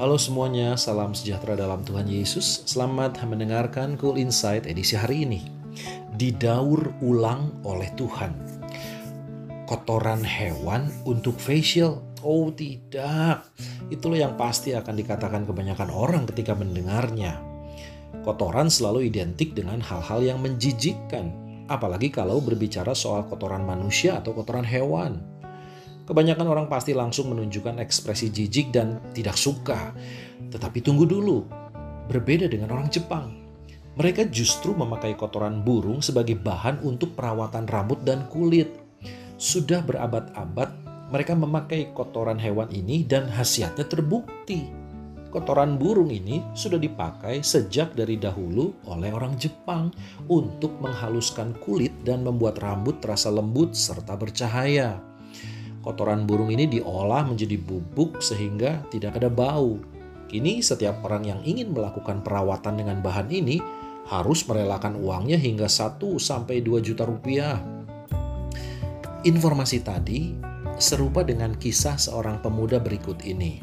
Halo semuanya, salam sejahtera dalam Tuhan Yesus. Selamat mendengarkan Cool Insight edisi hari ini. Didaur ulang oleh Tuhan. Kotoran hewan untuk facial? Oh tidak, itulah yang pasti akan dikatakan kebanyakan orang ketika mendengarnya. Kotoran selalu identik dengan hal-hal yang menjijikkan, apalagi kalau berbicara soal kotoran manusia atau kotoran hewan. Kebanyakan orang pasti langsung menunjukkan ekspresi jijik dan tidak suka. Tetapi tunggu dulu, berbeda dengan orang Jepang. Mereka justru memakai kotoran burung sebagai bahan untuk perawatan rambut dan kulit. Sudah berabad-abad mereka memakai kotoran hewan ini dan khasiatnya terbukti. Kotoran burung ini sudah dipakai sejak dari dahulu oleh orang Jepang untuk menghaluskan kulit dan membuat rambut terasa lembut serta bercahaya. Kotoran burung ini diolah menjadi bubuk sehingga tidak ada bau. Kini setiap orang yang ingin melakukan perawatan dengan bahan ini harus merelakan uangnya hingga 1-2 juta rupiah. Informasi tadi serupa dengan kisah seorang pemuda berikut ini.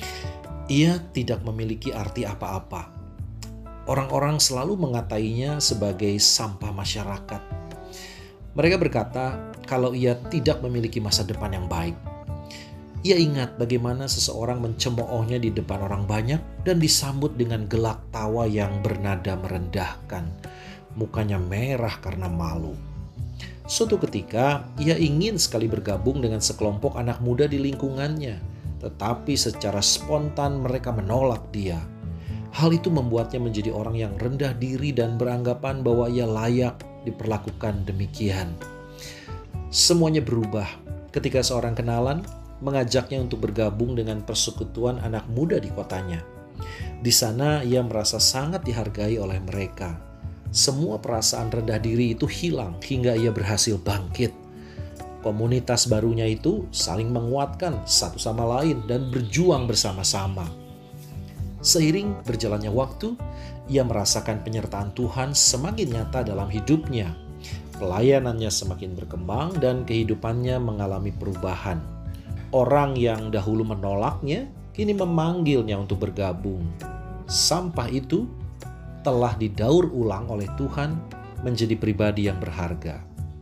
Ia tidak memiliki arti apa-apa. Orang-orang selalu mengatainya sebagai sampah masyarakat. Mereka berkata kalau ia tidak memiliki masa depan yang baik. Ia ingat bagaimana seseorang mencemoohnya di depan orang banyak dan disambut dengan gelak tawa yang bernada merendahkan. Mukanya merah karena malu. Suatu ketika ia ingin sekali bergabung dengan sekelompok anak muda di lingkungannya, tetapi secara spontan mereka menolak dia. Hal itu membuatnya menjadi orang yang rendah diri dan beranggapan bahwa ia layak diperlakukan demikian. Semuanya berubah ketika seorang kenalan mengajaknya untuk bergabung dengan persekutuan anak muda di kotanya. Di sana ia merasa sangat dihargai oleh mereka. Semua perasaan rendah diri itu hilang hingga ia berhasil bangkit. Komunitas barunya itu saling menguatkan satu sama lain dan berjuang bersama-sama. Seiring berjalannya waktu, ia merasakan penyertaan Tuhan semakin nyata dalam hidupnya. Pelayanannya semakin berkembang dan kehidupannya mengalami perubahan. Orang yang dahulu menolaknya, kini memanggilnya untuk bergabung. Sampah itu telah didaur ulang oleh Tuhan menjadi pribadi yang berharga.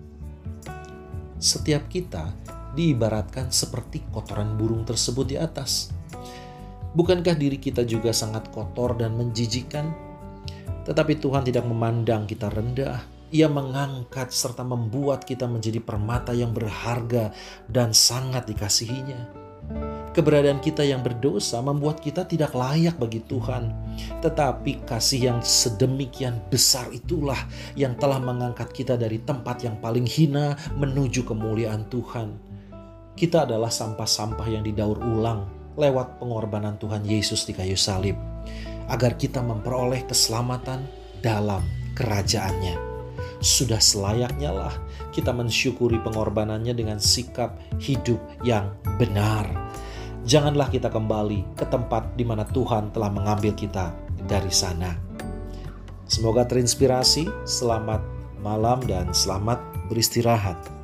Setiap kita diibaratkan seperti kotoran burung tersebut di atas. Bukankah diri kita juga sangat kotor dan menjijikkan? Tetapi Tuhan tidak memandang kita rendah. Ia mengangkat serta membuat kita menjadi permata yang berharga dan sangat dikasihinya. Keberadaan kita yang berdosa membuat kita tidak layak bagi Tuhan. Tetapi kasih yang sedemikian besar itulah yang telah mengangkat kita dari tempat yang paling hina menuju kemuliaan Tuhan. Kita adalah sampah-sampah yang didaur ulang lewat pengorbanan Tuhan Yesus di kayu salib, agar kita memperoleh keselamatan dalam kerajaannya. Sudah selayaknya lah kita mensyukuri pengorbanannya dengan sikap hidup yang benar. Janganlah kita kembali ke tempat di mana Tuhan telah mengambil kita dari sana. Semoga terinspirasi. Selamat malam dan selamat beristirahat.